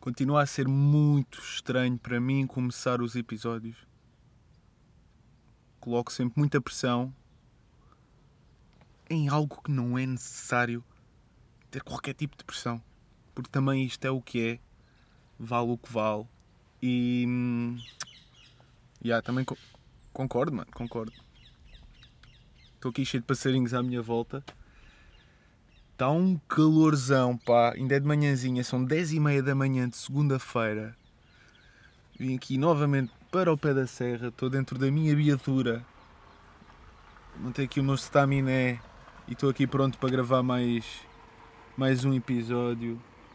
Continua a ser muito estranho para mim começar os episódios. Coloco sempre muita pressão em algo que não é necessário ter qualquer tipo de pressão. Porque também isto é o que é. Vale o que vale. E... também concordo, mano. Concordo. Estou aqui cheio de passarinhos à minha volta. Está um calorzão, pá. Ainda é de manhãzinha. São 10h30 da manhã de segunda-feira. Vim aqui novamente para o pé da serra. Estou dentro da minha viatura. Montei aqui o meu staminé. E estou aqui pronto para gravar mais um episódio.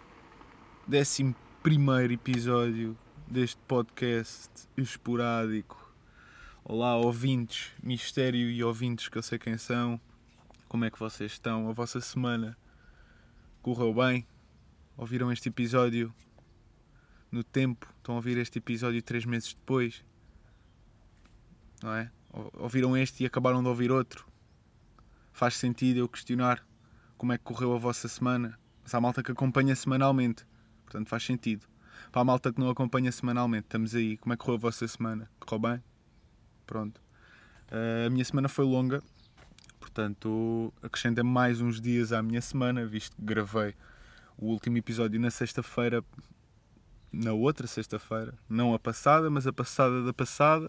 11º episódio deste podcast esporádico. Olá, ouvintes, mistério e ouvintes que eu sei quem são. Como é que vocês estão? A vossa semana correu bem? Ouviram este episódio no tempo? Estão a ouvir este episódio 3 meses depois? Não é? Ouviram este e acabaram de ouvir outro? Faz sentido eu questionar como é que correu a vossa semana? Mas há malta que acompanha semanalmente, portanto faz sentido. Para a malta que não acompanha semanalmente, estamos aí. Como é que correu a vossa semana? Correu bem? Pronto. A minha semana foi longa, portanto acrescentei mais uns dias à minha semana, visto que gravei o último episódio na sexta-feira, na outra sexta-feira, não a passada, mas a passada da passada.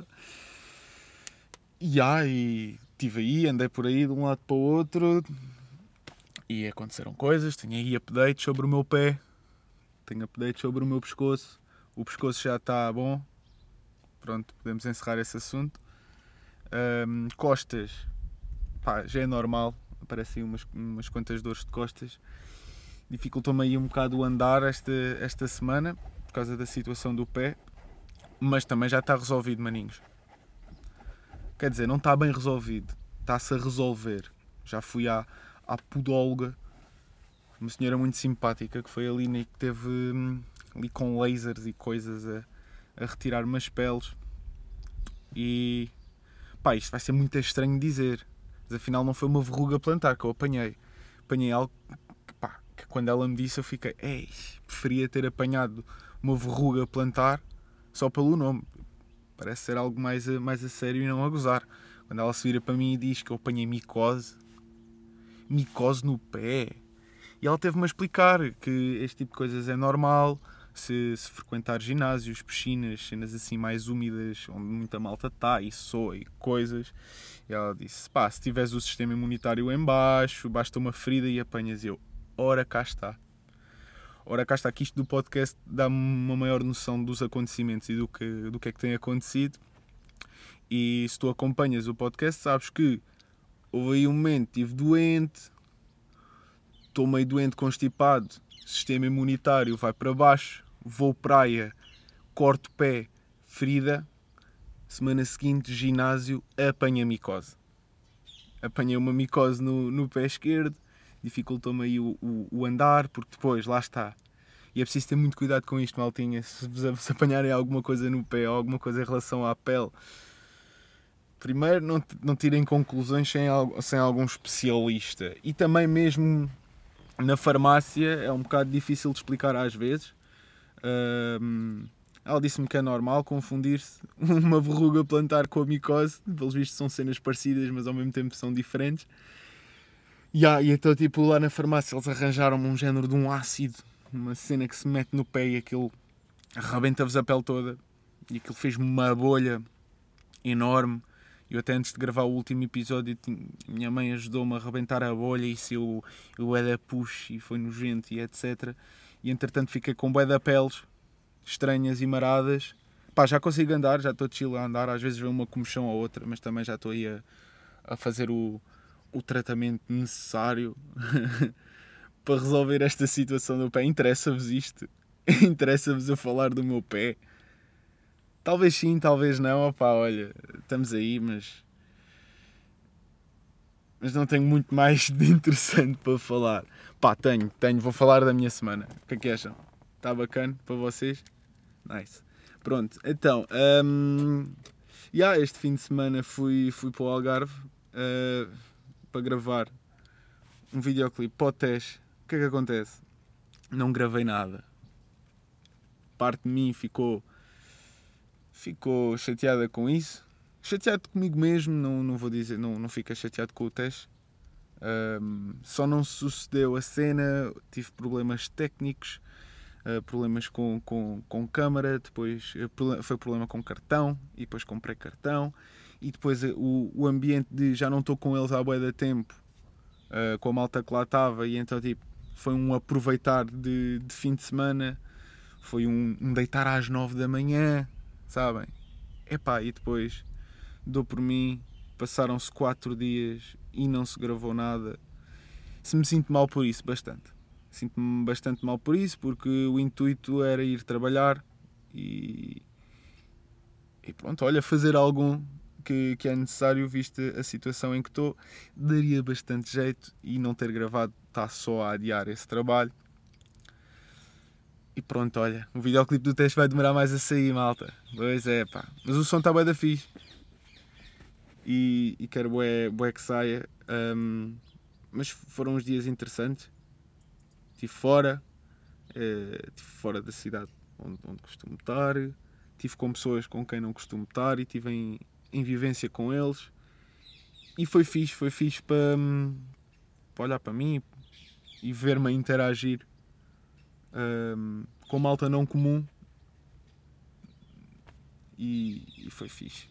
E estive aí, andei por aí de um lado para o outro e aconteceram coisas. Tenho aí updates sobre o meu pé, tenho updates sobre o meu pescoço. O pescoço já está bom, pronto, podemos encerrar esse assunto. Costas, pá, já é normal, aparecem umas quantas dores de costas. Dificultou-me aí um bocado o andar esta semana, por causa da situação do pé, mas também já está resolvido, maninhos. Quer dizer, não está bem resolvido, está-se a resolver. Já fui à podóloga, uma senhora muito simpática, que foi ali que teve ali com lasers e coisas a retirar umas peles. E pá, isto vai ser muito estranho dizer, mas afinal não foi uma verruga plantar que eu apanhei. Apanhei algo que quando ela me disse eu fiquei, preferia ter apanhado uma verruga plantar só pelo nome. Parece ser algo mais a sério e não a gozar. Quando ela se vira para mim e diz que eu apanhei micose no pé. E ela teve-me a explicar que este tipo de coisas é normal se frequentar ginásios, piscinas, cenas assim mais úmidas, onde muita malta está e soa e coisas. E ela disse, pá, se tiveres o sistema imunitário em baixo, basta uma ferida e apanhas. Eu, ora cá está. Ora cá está, que isto do podcast dá-me uma maior noção dos acontecimentos e do que é que tem acontecido. E se tu acompanhas o podcast, sabes que houve aí um momento, estive doente, estou meio doente, constipado, sistema imunitário vai para baixo, vou praia, corto pé, ferida, semana seguinte, ginásio, apanha micose. Apanhei uma micose no pé esquerdo, dificultou-me aí o andar, porque depois, lá está. E é preciso ter muito cuidado com isto, maltinha. Se apanharem alguma coisa no pé ou alguma coisa em relação à pele, primeiro não tirem conclusões sem algum especialista. E também mesmo na farmácia é um bocado difícil de explicar às vezes. Ela disse-me que é normal confundir-se uma verruga plantar com a micose. Pelos vistos são cenas parecidas, mas ao mesmo tempo são diferentes. E então tipo lá na farmácia eles arranjaram-me um género de um ácido, uma cena que se mete no pé e aquilo arrebenta-vos a pele toda. E aquilo fez-me uma bolha enorme. Eu até antes de gravar o último episódio, minha mãe ajudou-me a arrebentar a bolha e se eu era push e foi nojento e etc. E entretanto fiquei com bué de peles estranhas e maradas. Pá, já consigo andar, já estou chill a andar. Às vezes vem uma comichão ou outra, mas também já estou aí a fazer o tratamento necessário para resolver esta situação do pé. Interessa-vos isto? Interessa-vos eu falar do meu pé? Talvez sim, talvez não. Opá, olha, estamos aí, mas não tenho muito mais de interessante para falar. Pá, tenho, vou falar da minha semana. O que é que acham? Está bacana para vocês? Nice. Pronto, então, este fim de semana fui para o Algarve para gravar um videoclipe para o Tejo. O que é que acontece? Não gravei nada. parte de mim ficou chateada com isso. Chateado comigo mesmo, não vou dizer, não fica chateado com o teste. Só não sucedeu a cena, tive problemas técnicos, problemas com câmara, depois foi problema com cartão, e depois comprei cartão, e depois o ambiente de já não estou com eles há bué de tempo, com a malta que lá estava, e então tipo, foi um aproveitar de fim de semana, foi um deitar às 9 da manhã, sabem? Epá, e depois dou por mim, passaram-se 4 dias e não se gravou nada. Se me sinto mal por isso, bastante. Sinto-me bastante mal por isso, porque o intuito era ir trabalhar e pronto, olha, fazer algum que é necessário, visto a situação em que estou. Daria bastante jeito, e não ter gravado está só a adiar esse trabalho. E pronto, olha, o videoclipe do teste vai demorar mais a sair, malta. Pois é, pá. Mas o som está bué da fixe. E quero bué que saia. Mas foram uns dias interessantes. Estive fora da cidade onde costumo estar. Estive com pessoas com quem não costumo estar e estive em vivência com eles. E foi fixe para olhar para mim e ver-me a interagir com malta não comum. E foi fixe.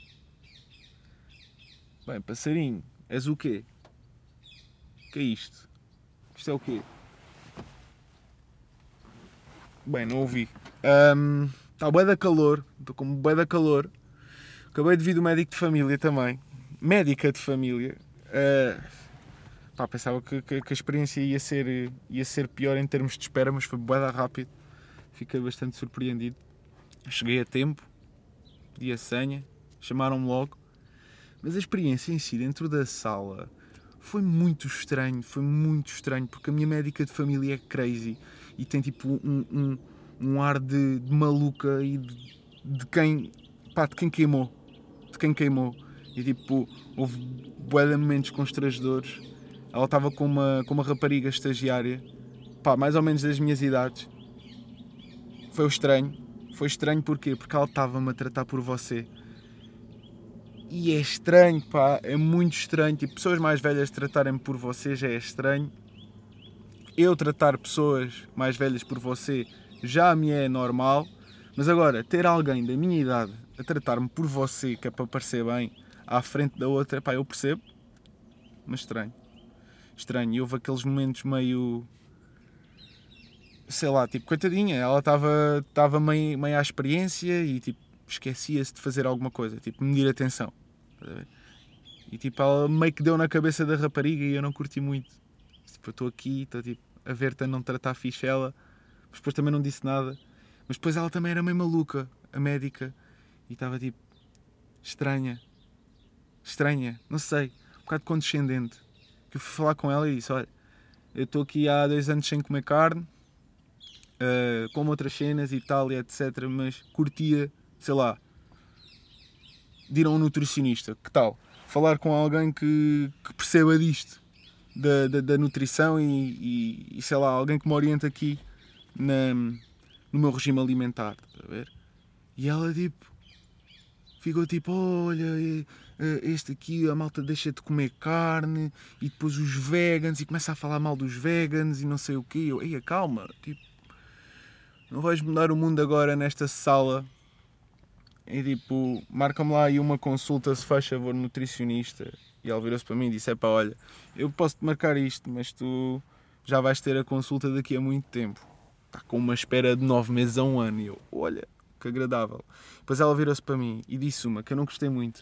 Bem, passarinho, és o quê? O que é isto? Isto é o quê? Bem, não ouvi. Está bué da calor. Estou com bué da calor. Acabei de vir do médico de família também. Médica de família. Pensava que a experiência ia ser pior em termos de espera, mas foi bué da rápido. Fiquei bastante surpreendido. Cheguei a tempo. Pedi a senha. Chamaram-me logo. Mas a experiência em si, dentro da sala, foi muito estranho, porque a minha médica de família é crazy e tem tipo um ar de maluca e de quem queimou. E tipo, houve bué de momentos constrangedores. Ela estava com uma rapariga estagiária, mais ou menos das minhas idades. Foi estranho porquê? Porque ela estava-me a tratar por você. E é estranho, é muito estranho. Tipo, pessoas mais velhas tratarem-me por você já é estranho. Eu tratar pessoas mais velhas por você já me é normal. Mas agora, ter alguém da minha idade a tratar-me por você, que é para parecer bem, à frente da outra, eu percebo. Mas estranho. E houve aqueles momentos meio... sei lá, tipo, coitadinha. Ela estava meio à experiência e tipo, esquecia-se de fazer alguma coisa, tipo, medir a tensão. E tipo, ela meio que deu na cabeça da rapariga e eu não curti muito. Tipo, eu estou aqui, estou tipo, a ver-te a não tratar fixe ela, mas depois também não disse nada. Mas depois ela também era meio maluca, a médica, e estava tipo, estranha, não sei, um bocado condescendente. Que eu fui falar com ela e disse, olha, eu estou aqui há 2 anos sem comer carne, como outras cenas e tal, e etc, mas curtia, sei lá, de ir a um nutricionista, que tal? Falar com alguém que perceba disto, da nutrição e sei lá, alguém que me oriente aqui no meu regime alimentar, estás a ver? E ela tipo, ficou tipo, olha, este aqui, a malta deixa de comer carne, e depois os vegans, e começa a falar mal dos vegans e não sei o quê. Eu, ei, calma, tipo, não vais mudar o mundo agora nesta sala. E tipo, marca-me lá aí uma consulta, se faz favor, nutricionista. E ela virou-se para mim e disse, olha, eu posso-te marcar isto, mas tu já vais ter a consulta daqui a muito tempo. Está com uma espera de 9 meses a 1 ano. E eu, olha, que agradável. Depois ela virou-se para mim e disse uma que eu não gostei muito.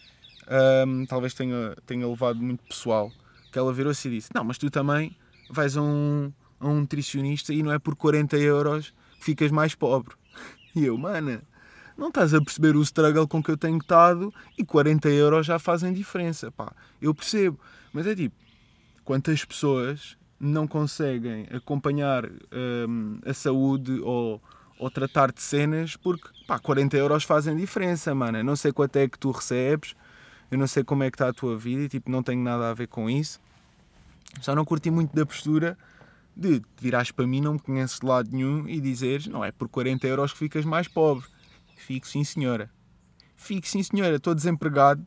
Talvez tenha levado muito pessoal. Que ela virou-se e disse, não, mas tu também vais a um nutricionista e não é por 40 euros que ficas mais pobre. E eu, mana, não estás a perceber o struggle com que eu tenho estado e 40 euros já fazem diferença, eu percebo, mas é tipo, quantas pessoas não conseguem acompanhar a saúde ou tratar de cenas porque 40 euros fazem diferença, mano. Eu não sei quanto é que tu recebes, eu não sei como é que está a tua vida e tipo, não tenho nada a ver com isso. Só não curti muito da postura de te virares para mim, não me conheces de lado nenhum e dizeres, não é por 40€ que ficas mais pobre. Fico sim senhora. Fico sim senhora, estou desempregado.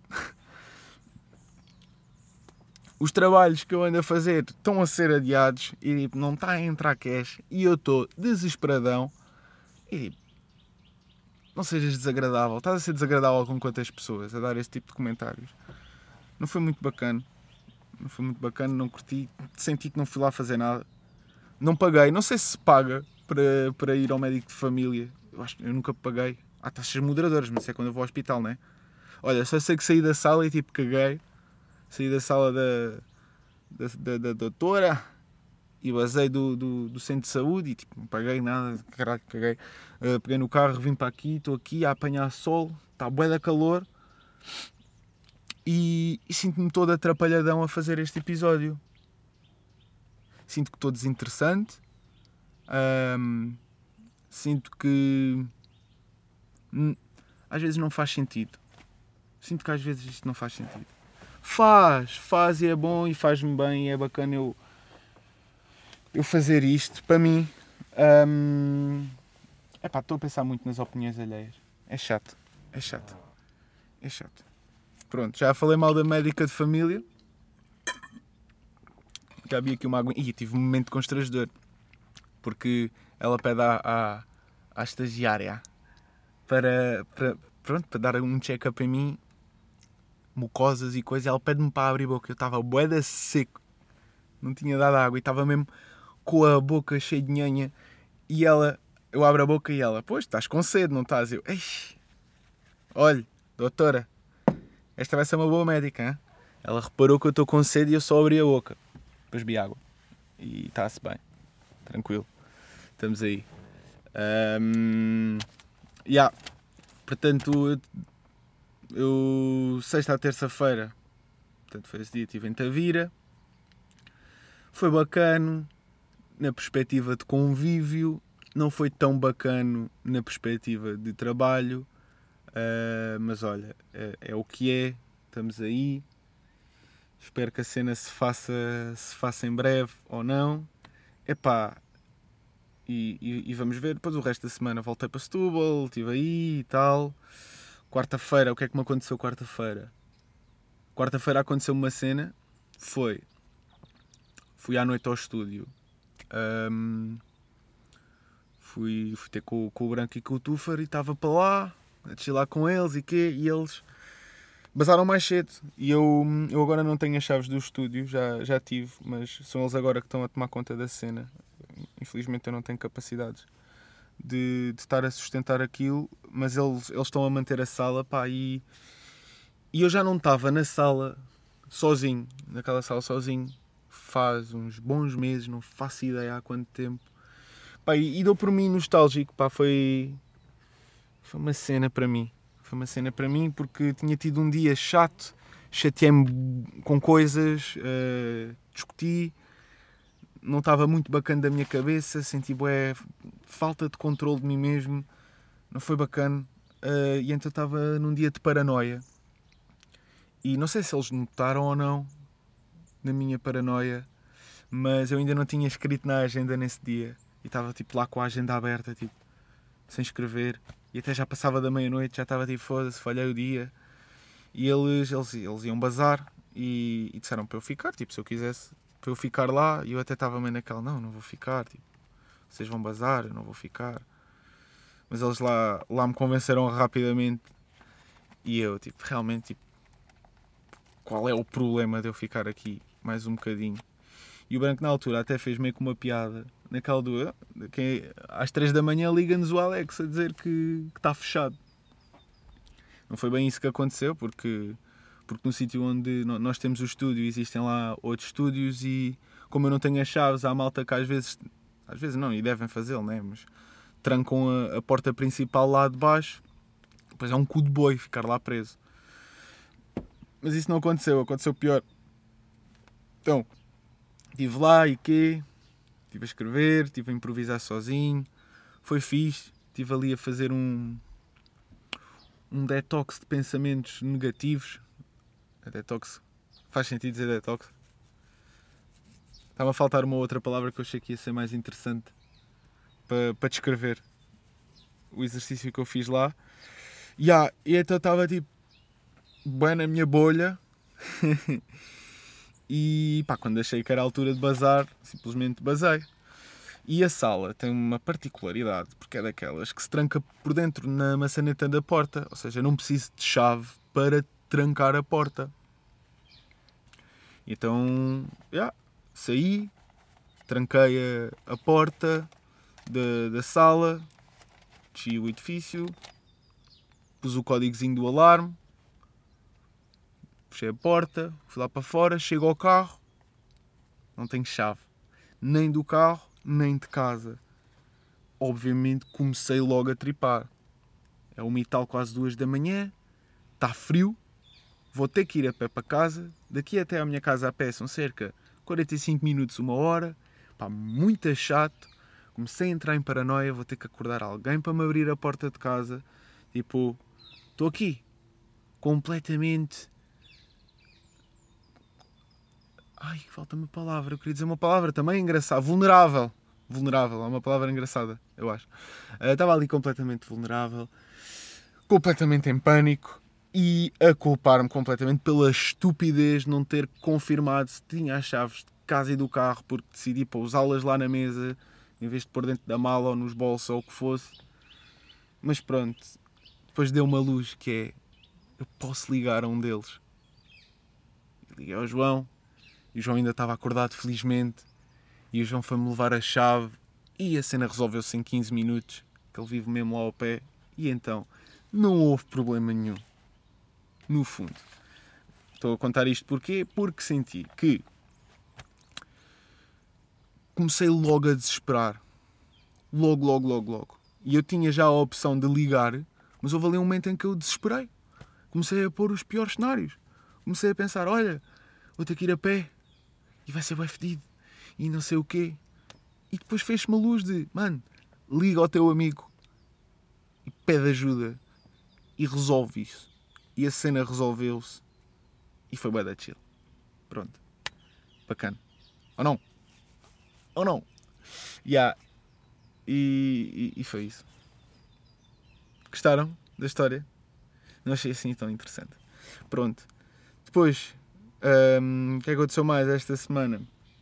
Os trabalhos que eu ando a fazer estão a ser adiados e não está a entrar cash e eu estou desesperadão. E não sejas desagradável. Estás a ser desagradável com quantas pessoas a dar este tipo de comentários. Não foi muito bacana. Não foi muito bacana, não curti. Senti que não fui lá fazer nada. Não paguei. Não sei se paga para ir ao médico de família. Eu acho que eu nunca paguei. Há taxas moderadoras, mas isso é quando eu vou ao hospital, não é? Olha, só sei que saí da sala e tipo caguei. Saí da sala da doutora e basei do centro de saúde e tipo, não paguei nada, caralho, caguei. Peguei no carro, vim para aqui, estou aqui a apanhar sol, está bué da calor e sinto-me todo atrapalhadão a fazer este episódio. Sinto que estou desinteressante, sinto que às vezes não faz sentido. Sinto que às vezes isto não faz sentido. Faz e é bom e faz-me bem e é bacana eu fazer isto para mim. Estou a pensar muito nas opiniões alheias. É chato. Pronto, já falei mal da médica de família. Já vi aqui uma água. Ih, tive um momento constrangedor. Porque ela pede à estagiária para dar um check-up em mim, mucosas e coisas. Ela pede-me para abrir a boca. Eu estava bué de seco. Não tinha dado água e estava mesmo com a boca cheia de nhanha. E eu abro a boca e ela, pois, estás com sede, não estás? Eu, olha, doutora, esta vai ser uma boa médica, hein? Ela reparou que eu estou com sede e eu só abri a boca. Depois vi água. E está-se bem. Tranquilo. Estamos aí. Portanto, eu sexta à terça-feira, portanto foi esse dia, estive em Tavira. Foi bacano na perspectiva de convívio. Não foi tão bacano na perspectiva de trabalho. Mas olha, é o que é. Estamos aí. Espero que a cena se faça em breve ou não. E vamos ver. Depois o resto da semana voltei para Setúbal, estive aí e tal. Quarta-feira, o que é que me aconteceu quarta-feira? Quarta-feira aconteceu-me uma cena. Fui à noite ao estúdio. Fui ter com o Branco e com o Tufar e estava para lá, a desfilar com eles e quê, e eles basaram mais cedo. E eu agora não tenho as chaves do estúdio, já tive, mas são eles agora que estão a tomar conta da cena. Infelizmente eu não tenho capacidades de estar a sustentar aquilo, mas eles estão a manter a sala, pá, e eu já não estava na sala sozinho, naquela sala sozinho, faz uns bons meses, não faço ideia há quanto tempo. Pá, e dou por mim nostálgico, pá, foi uma cena para mim. Foi uma cena para mim porque tinha tido um dia chato, chateei-me com coisas, discuti, não estava muito bacana da minha cabeça, senti bué, falta de controle de mim mesmo, não foi bacana. E então estava num dia de paranoia. E não sei se eles notaram ou não na minha paranoia, mas eu ainda não tinha escrito na agenda nesse dia. E estava tipo lá com a agenda aberta, tipo, sem escrever. E até já passava da meia-noite, já estava tipo, foda-se, falhei o dia. E eles iam bazar e disseram para eu ficar, tipo, se eu quisesse, para eu ficar lá. E eu até estava meio naquela, não vou ficar, tipo, vocês vão bazar, eu não vou ficar. Mas eles lá me convenceram rapidamente. E eu, tipo, realmente, tipo, qual é o problema de eu ficar aqui mais um bocadinho? E o Branco na altura até fez meio que uma piada naquela do que às 3 da manhã liga-nos o Alex a dizer que está fechado. Não foi bem isso que aconteceu, porque no sítio onde nós temos o estúdio existem lá outros estúdios e como eu não tenho as chaves, há malta que às vezes não, e devem fazê-lo, né? Mas trancam a porta principal lá de baixo, depois é um cu de boi ficar lá preso. Mas isso não aconteceu pior. Então, estive lá e quê? Estive a escrever, estive a improvisar sozinho, foi fixe, estive ali a fazer um detox de pensamentos negativos. A detox, faz sentido dizer detox? Estava a faltar uma outra palavra que eu achei que ia ser mais interessante para descrever o exercício que eu fiz lá. E então estava tipo bem na minha bolha e pá, quando achei que era a altura de bazar, simplesmente basei. E a sala tem uma particularidade, porque é daquelas que se tranca por dentro na maçaneta da porta, ou seja, não preciso de chave para trancar a porta. Então, saí, tranquei a porta da sala, desci o edifício, pus o códigozinho do alarme, fechei a porta, fui lá para fora, chego ao carro, não tenho chave, nem do carro, nem de casa. Obviamente comecei logo a tripar. É 1h quase 2 da manhã, está frio, vou ter que ir a pé para casa, daqui até à minha casa a pé são cerca de 45 minutos, 1 hora, pá, muito chato. Comecei a entrar em paranoia, vou ter que acordar alguém para me abrir a porta de casa. Tipo, estou aqui, completamente... Ai, falta-me a palavra, eu queria dizer uma palavra também engraçada, vulnerável, é uma palavra engraçada, eu acho. Estava ali completamente vulnerável, completamente em pânico e a culpar-me completamente pela estupidez de não ter confirmado se tinha as chaves de casa e do carro, porque decidi pousá-las lá na mesa em vez de pôr dentro da mala ou nos bolsos ou o que fosse. Mas pronto, depois deu uma luz que é, eu posso ligar a um deles. Liguei ao João, e o João ainda estava acordado felizmente, e o João foi-me levar a chave e a cena resolveu-se em 15 minutos, que ele vive mesmo lá ao pé, e então não houve problema nenhum. No fundo. Estou a contar isto porquê? Porque senti que comecei logo a desesperar. Logo. E eu tinha já a opção de ligar, mas houve ali um momento em que eu desesperei. Comecei a pôr os piores cenários. Comecei a pensar, olha, vou ter que ir a pé e vai ser bem fedido e não sei o quê. E depois fez-me a luz de, mano, liga ao teu amigo e pede ajuda e resolve isso. E a cena resolveu-se e foi bué da chill. Pronto. Bacana. Ou não? E foi isso. Gostaram da história? Não achei assim tão interessante. Pronto. Depois, o que aconteceu mais esta semana?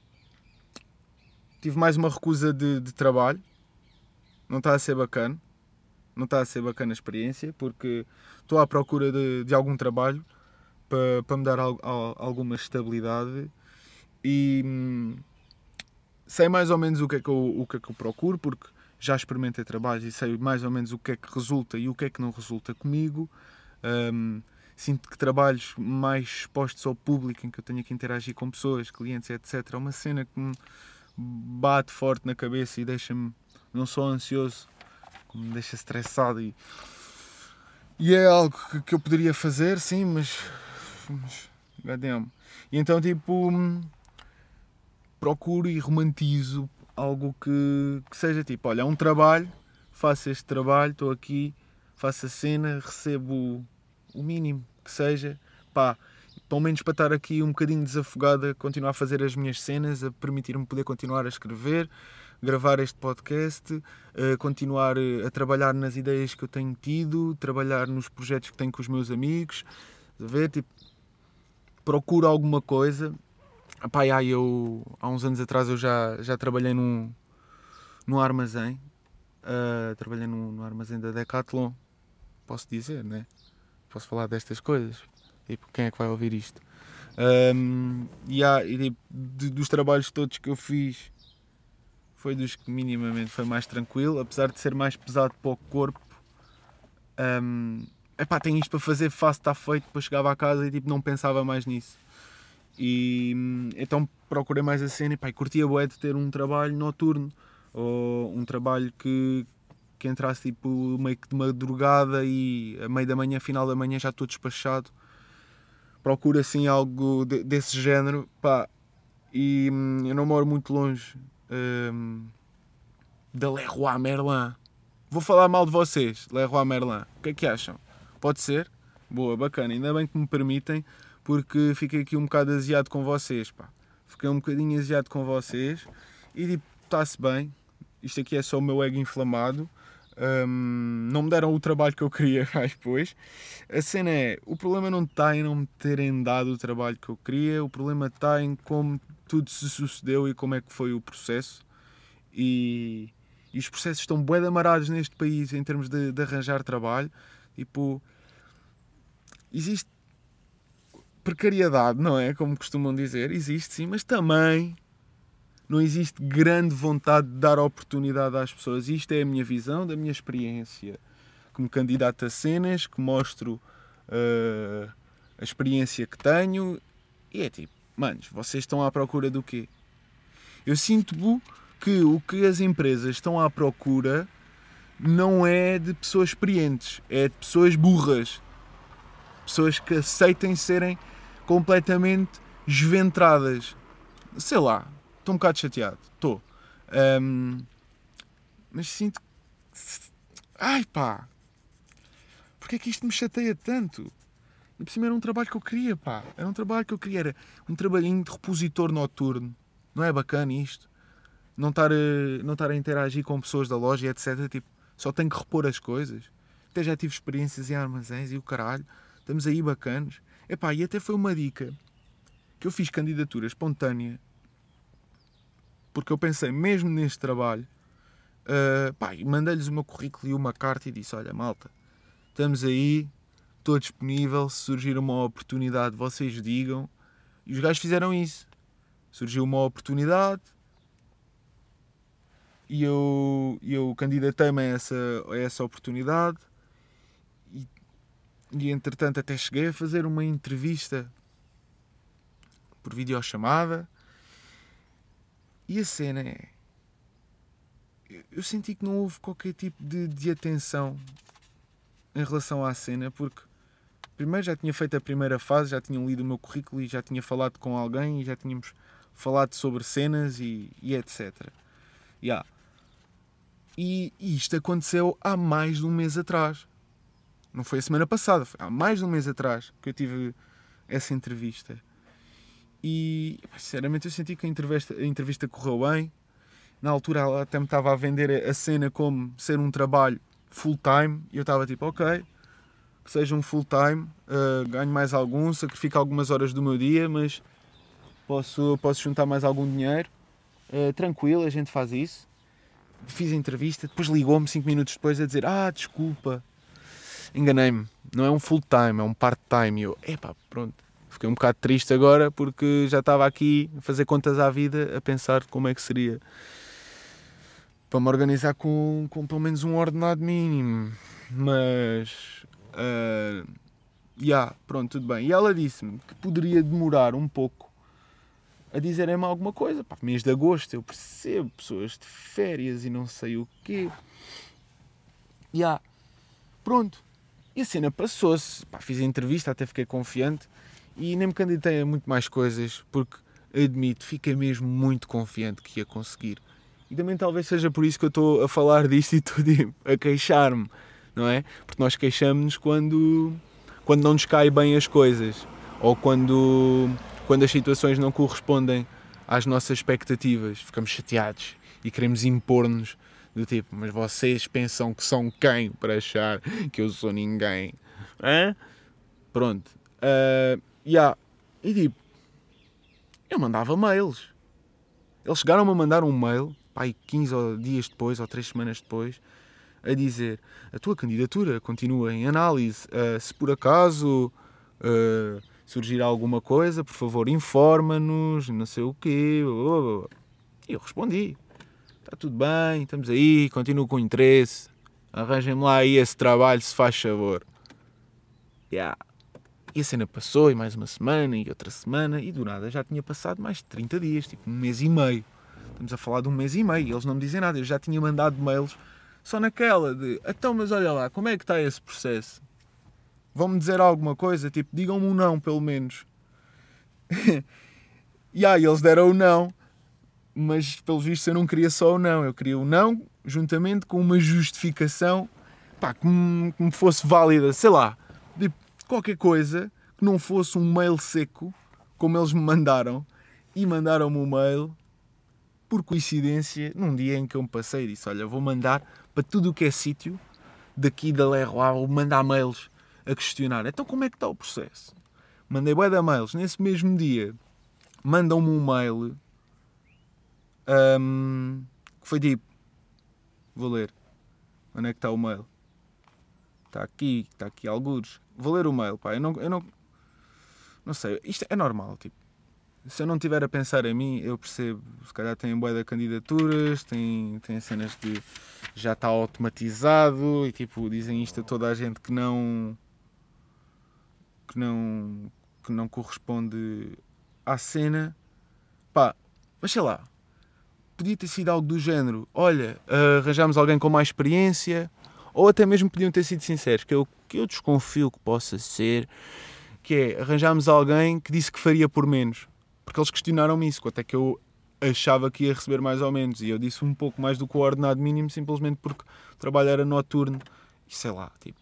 Tive mais uma recusa de trabalho. Não está a ser bacana. Não está a ser bacana a experiência, porque estou à procura de algum trabalho para me dar alguma estabilidade e sei mais ou menos o que é que eu procuro, porque já experimentei trabalhos e sei mais ou menos o que é que resulta e o que é que não resulta comigo. Sinto que trabalhos mais expostos ao público, em que eu tenho que interagir com pessoas, clientes, etc., é uma cena que me bate forte na cabeça e deixa-me não só ansioso, como me deixa estressado e é algo que eu poderia fazer, sim, mas goddamn. E então tipo procuro e romantizo algo que seja tipo, olha, é um trabalho, faço este trabalho, estou aqui, faço a cena, recebo o mínimo que seja, pá, pelo menos para estar aqui um bocadinho desafogado a continuar a fazer as minhas cenas, a permitir-me poder continuar a escrever, gravar este podcast, continuar a trabalhar nas ideias que eu tenho tido, trabalhar nos projetos que tenho com os meus amigos, a ver, tipo, procuro alguma coisa. Epá, eu há uns anos atrás eu já trabalhei num armazém, trabalhei no armazém da Decathlon, posso dizer, né? Posso falar destas coisas, tipo, quem é que vai ouvir isto? E tipo, dos trabalhos todos que eu fiz, foi dos que minimamente foi mais tranquilo, apesar de ser mais pesado para o corpo. Tenho isto para fazer, faço, está feito, depois chegava a casa e tipo, não pensava mais nisso. E então procurei mais a cena e curtia bué de ter um trabalho noturno, ou um trabalho que entrasse tipo meio que de madrugada e a meio da manhã, final da manhã já estou despachado. Procuro assim algo desse género, pá. E eu não moro muito longe da Leroy Merlin. Vou falar mal de vocês, Leroy Merlin. O que é que acham? Pode ser? Boa, bacana. Ainda bem que me permitem, porque fiquei aqui um bocado aziado com vocês, pá. fiquei um bocadinho aziado com vocês e tipo, está-se bem, isto aqui é só o meu ego inflamado. Não me deram o trabalho que eu queria depois. A cena é, o problema não está em não me terem dado o trabalho que eu queria, o problema está em como tudo se sucedeu e como é que foi o processo. E os processos estão bué de amarados neste país em termos de arranjar trabalho. Tipo, existe precariedade, não é? Como costumam dizer, existe sim, mas também não existe grande vontade de dar oportunidade às pessoas. Isto é a minha visão, da minha experiência como candidato a cenas, que mostro a experiência que tenho. E é tipo, manos, vocês estão à procura do quê? Eu sinto que o que as empresas estão à procura não é de pessoas experientes, é de pessoas burras. Pessoas que aceitem serem completamente esventradas. Sei lá, estou um bocado chateado. Estou. Mas sinto que... Ai pá! Porquê é que isto me chateia tanto? E por cima era um trabalho que eu queria, pá. Era um trabalho que eu queria. Era um trabalhinho de repositor noturno. Não é bacana isto? Não estar a interagir com pessoas da loja, etc. Tipo, só tenho que repor as coisas. Até já tive experiências em armazéns e o caralho. Estamos aí bacanos. Epá, e até foi uma dica que eu fiz candidatura espontânea porque eu pensei mesmo neste trabalho. Mandei-lhes o meu currículo e uma carta e disse, olha malta, estamos aí, estou disponível, se surgir uma oportunidade vocês digam. E os gajos fizeram isso. Surgiu uma oportunidade e eu candidatei-me a essa oportunidade e entretanto até cheguei a fazer uma entrevista por videochamada. E a cena é, eu senti que não houve qualquer tipo de atenção em relação à cena, porque primeiro já tinha feito a primeira fase, já tinham lido o meu currículo e já tinha falado com alguém e já tínhamos falado sobre cenas e etc. Yeah. E isto aconteceu há mais de um mês atrás. Não foi a semana passada, foi há mais de um mês atrás que eu tive essa entrevista. E, sinceramente, eu senti que a entrevista correu bem. Na altura ela até me estava a vender a cena como ser um trabalho full-time. E eu estava tipo, ok, que seja um full-time, ganho mais algum, sacrifico algumas horas do meu dia, mas posso juntar mais algum dinheiro. Tranquilo, a gente faz isso. Fiz a entrevista, depois ligou-me 5 minutos depois a dizer, desculpa, enganei-me, não é um full-time, é um part-time. E eu, pronto, fiquei um bocado triste agora porque já estava aqui a fazer contas à vida, a pensar como é que seria para me organizar com pelo menos um ordenado mínimo. Mas, pronto, tudo bem. E ela disse-me que poderia demorar um pouco a dizerem-me alguma coisa. Mês de agosto, eu percebo, pessoas de férias e não sei o quê. Pronto. E a cena passou-se. Fiz a entrevista, até fiquei confiante e nem me candidatei a muito mais coisas, porque, admito, fiquei mesmo muito confiante que ia conseguir. E também talvez seja por isso que eu estou a falar disto e estou a queixar-me, não é? Porque nós queixamos-nos quando não nos caem bem as coisas, ou quando as situações não correspondem às nossas expectativas. Ficamos chateados e queremos impor-nos do tipo, mas vocês pensam que são quem para achar que eu sou ninguém? Hã? Pronto. E tipo, eu mandava mails. Eles chegaram-me a mandar um mail, 15 dias depois, ou 3 semanas depois, a dizer, a tua candidatura continua em análise. Se por acaso surgir alguma coisa, por favor, informa-nos, não sei o quê. E eu respondi, está tudo bem, estamos aí, continuo com interesse, arranjem-me lá aí esse trabalho, se faz favor. E a cena passou, e mais uma semana, e outra semana, e do nada já tinha passado mais de 30 dias, tipo 1 mês e meio. Estamos a falar de 1 mês e meio, e eles não me dizem nada. Eu já tinha mandado mails só naquela de, então, mas olha lá, como é que está esse processo? Vão-me dizer alguma coisa? Tipo, digam-me um não, pelo menos. E eles deram o não, mas pelo visto eu não queria só o não. Eu queria o não, juntamente com uma justificação que me fosse válida, sei lá, tipo, qualquer coisa que não fosse um mail seco, como eles me mandaram, e mandaram-me um mail, por coincidência, num dia em que eu me passei e disse, olha, vou mandar para tudo o que é sítio daqui da Leroy, vou mandar mails a questionar, então como é que está o processo? Mandei bué de mails, nesse mesmo dia mandam-me um mail que foi tipo, vou ler, onde é que está o mail? Está aqui algures, vou ler o mail, pá, eu não sei, isto é normal, tipo, se eu não estiver a pensar em mim, eu percebo, se calhar tem bué de candidaturas, tem cenas de já está automatizado e tipo, dizem isto a toda a gente que não corresponde à cena, pá, mas sei lá, podia ter sido algo do género, olha, arranjámos alguém com mais experiência, ou até mesmo podiam ter sido sinceros, que eu desconfio que possa ser, que é, arranjámos alguém que disse que faria por menos, porque eles questionaram-me isso, quanto é que eu achava que ia receber mais ou menos, e eu disse um pouco mais do que o ordenado mínimo, simplesmente porque o trabalho era noturno, e sei lá, tipo,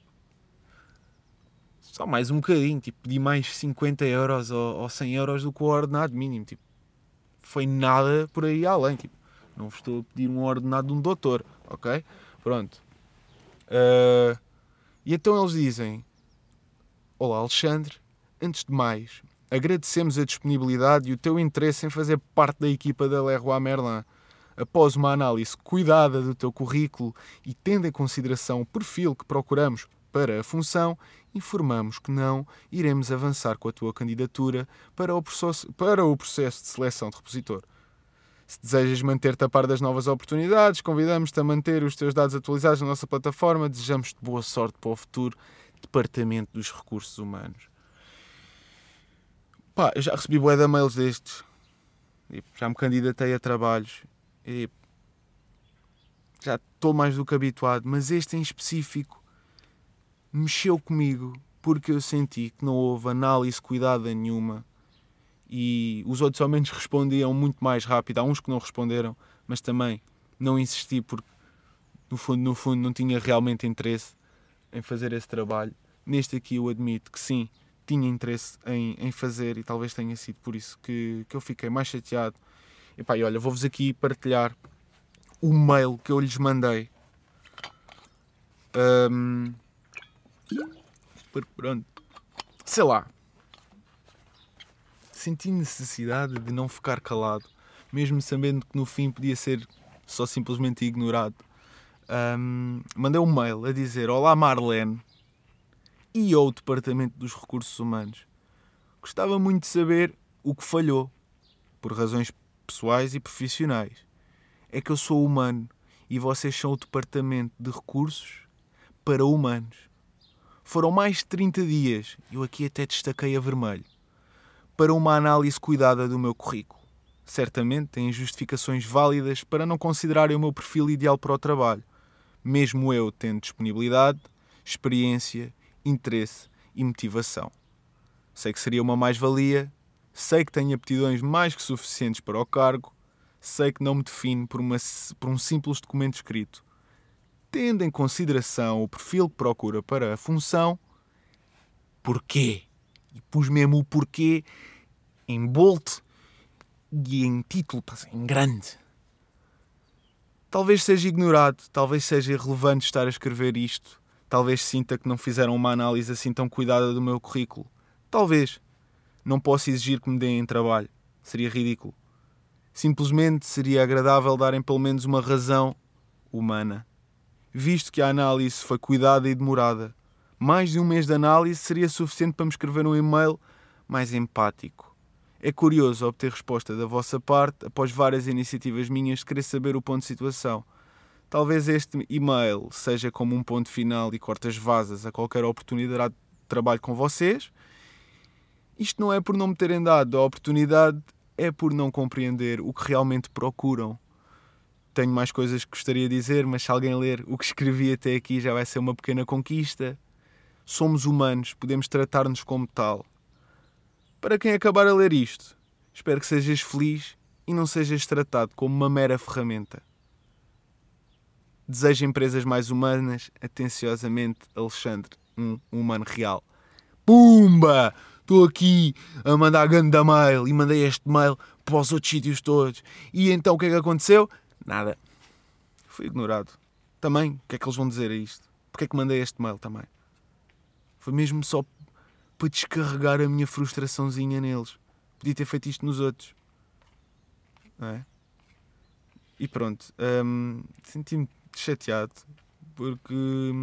só mais um bocadinho, tipo, pedi mais 50 euros ou 100 euros do que o ordenado mínimo, tipo, foi nada por aí além, tipo, não vos estou a pedir um ordenado de um doutor, ok? Pronto. E então eles dizem, olá Alexandre, antes de mais, agradecemos a disponibilidade e o teu interesse em fazer parte da equipa da Leroy Merlin. Após uma análise cuidada do teu currículo e tendo em consideração o perfil que procuramos para a função, informamos que não iremos avançar com a tua candidatura para o processo de seleção de repositor. Se desejas manter-te a par das novas oportunidades, convidamos-te a manter os teus dados atualizados na nossa plataforma. Desejamos-te boa sorte para o futuro Departamento dos Recursos Humanos. Pá, eu já recebi bué de mails destes. Já me candidatei a trabalhos. Já estou mais do que habituado. Mas este em específico mexeu comigo porque eu senti que não houve análise cuidada nenhuma. E os outros ao menos respondiam muito mais rápido. Há uns que não responderam, mas também não insisti porque no fundo não tinha realmente interesse em fazer esse trabalho. Neste aqui eu admito que sim, tinha interesse em fazer e talvez tenha sido por isso que eu fiquei mais chateado. E pá, e olha, vou-vos aqui partilhar o mail que eu lhes mandei. Pronto. Sei lá. Senti necessidade de não ficar calado, mesmo sabendo que no fim podia ser só simplesmente ignorado. Mandei um mail a dizer: olá Marlene e ao Departamento dos Recursos Humanos. Gostava muito de saber o que falhou, por razões pessoais e profissionais. É que eu sou humano e vocês são o Departamento de Recursos para Humanos. Foram mais de 30 dias, eu aqui até destaquei a vermelho, para uma análise cuidada do meu currículo. Certamente têm justificações válidas para não considerarem o meu perfil ideal para o trabalho, mesmo eu tendo disponibilidade, experiência, interesse e motivação. Sei que seria uma mais-valia, sei que tenho aptidões mais que suficientes para o cargo, sei que não me defino por um simples documento escrito. Tendo em consideração o perfil que procura para a função, porquê? E pus mesmo o porquê em bold e em título, em grande. Talvez seja ignorado, talvez seja irrelevante estar a escrever isto, talvez sinta que não fizeram uma análise assim tão cuidada do meu currículo. Talvez. Não posso exigir que me deem trabalho. Seria ridículo. Simplesmente seria agradável darem pelo menos uma razão humana. Visto que a análise foi cuidada e demorada, mais de um mês de análise seria suficiente para me escrever um e-mail mais empático. É curioso obter resposta da vossa parte após várias iniciativas minhas de querer saber o ponto de situação. Talvez este e-mail seja como um ponto final e cortas vasas a qualquer oportunidade de trabalho com vocês. Isto não é por não me terem dado a oportunidade, é por não compreender o que realmente procuram. Tenho mais coisas que gostaria de dizer, mas se alguém ler o que escrevi até aqui já vai ser uma pequena conquista. Somos humanos, podemos tratar-nos como tal. Para quem acabar a ler isto, espero que sejas feliz e não sejas tratado como uma mera ferramenta. Desejo empresas mais humanas, atenciosamente, Alexandre, um humano real. Pumba! Estou aqui a mandar ganda mail e mandei este mail para os outros sítios todos. E então o que é que aconteceu? Nada. Fui ignorado. Também, o que é que eles vão dizer a isto? Porque é que mandei este mail também? Foi mesmo só para descarregar a minha frustraçãozinha neles. Podia ter feito isto nos outros. Não é? E pronto. Senti-me chateado porque...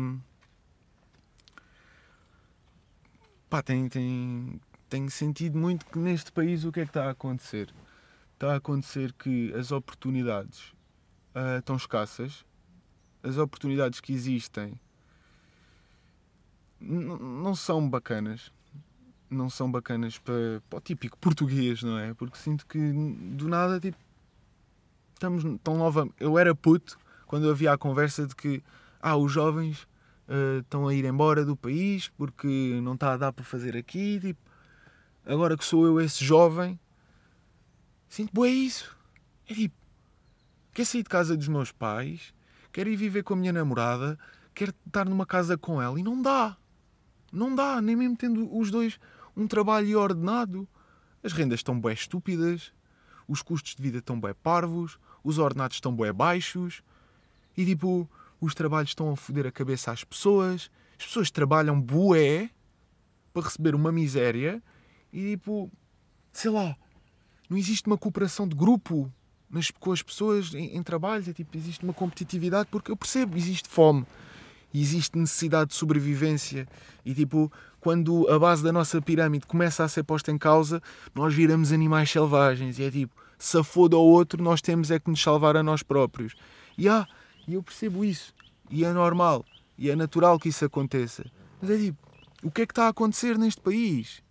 Pá, tenho sentido muito que neste país o que é que está a acontecer? Está a acontecer que as oportunidades estão escassas. As oportunidades que existem não são bacanas. Não são bacanas para o típico português, não é? Porque sinto que do nada, tipo, estamos tão nova. Eu era puto quando havia a conversa de que os jovens estão a ir embora do país porque não está a dar para fazer aqui. Tipo, agora que sou eu esse jovem, sinto bué isso. É tipo, quero sair de casa dos meus pais, quero ir viver com a minha namorada, quero estar numa casa com ela e não dá. Não dá, nem mesmo tendo os dois um trabalho ordenado. As rendas estão bué estúpidas, os custos de vida estão bué parvos, os ordenados estão bué baixos e tipo, os trabalhos estão a foder a cabeça às pessoas. As pessoas trabalham bué para receber uma miséria e tipo, sei lá, não existe uma cooperação de grupo com as pessoas em trabalhos. É tipo, existe uma competitividade porque eu percebo, existe fome. E existe necessidade de sobrevivência e tipo, quando a base da nossa pirâmide começa a ser posta em causa, nós viramos animais selvagens e é tipo, se a foda ao outro, nós temos é que nos salvar a nós próprios. E eu percebo isso, e é normal, e é natural que isso aconteça. Mas é tipo, o que é que está a acontecer neste país?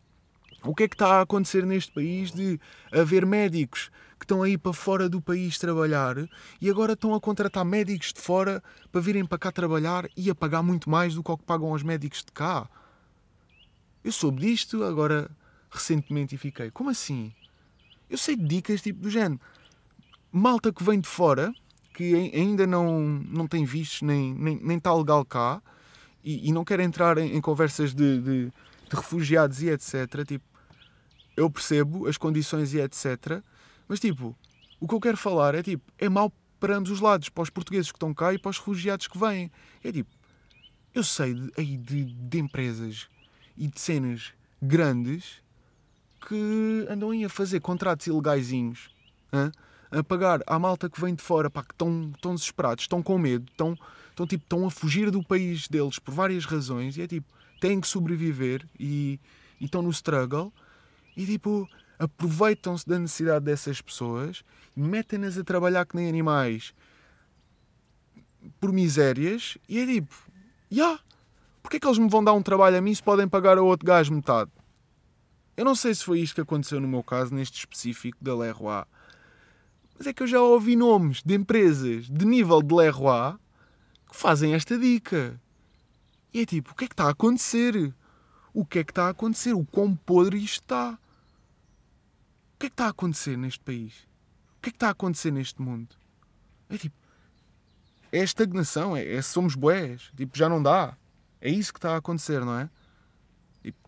O que é que está a acontecer neste país de haver médicos que estão aí para fora do país trabalhar e agora estão a contratar médicos de fora para virem para cá trabalhar e a pagar muito mais do que o que pagam os médicos de cá? Eu soube disto agora recentemente e fiquei, como assim? Eu sei de dicas tipo do género. Malta que vem de fora, que ainda não tem vistos nem está legal cá e não quer entrar em conversas de refugiados e etc. Tipo, eu percebo as condições e etc. Mas tipo, o que eu quero falar é tipo, é mau para ambos os lados, para os portugueses que estão cá e para os refugiados que vêm. É tipo, eu sei de empresas e de cenas grandes que andam aí a fazer contratos ilegaizinhos, a pagar à malta que vem de fora, pá, que estão desesperados, estão com medo, estão a fugir do país deles por várias razões e é tipo, têm que sobreviver e estão no struggle e tipo, aproveitam-se da necessidade dessas pessoas e metem-nas a trabalhar que nem animais por misérias e é tipo, porque é que eles me vão dar um trabalho a mim se podem pagar a outro gajo metade? Eu não sei se foi isto que aconteceu no meu caso, neste específico da Leroy, mas é que eu já ouvi nomes de empresas de nível de Leroy que fazem esta dica. E é tipo, o que é que está a acontecer? O que é que está a acontecer? O quão podre isto está? O que é que está a acontecer neste país? O que é que está a acontecer neste mundo? É tipo, é estagnação, somos bués. Tipo, já não dá. É isso que está a acontecer, não é? Tipo,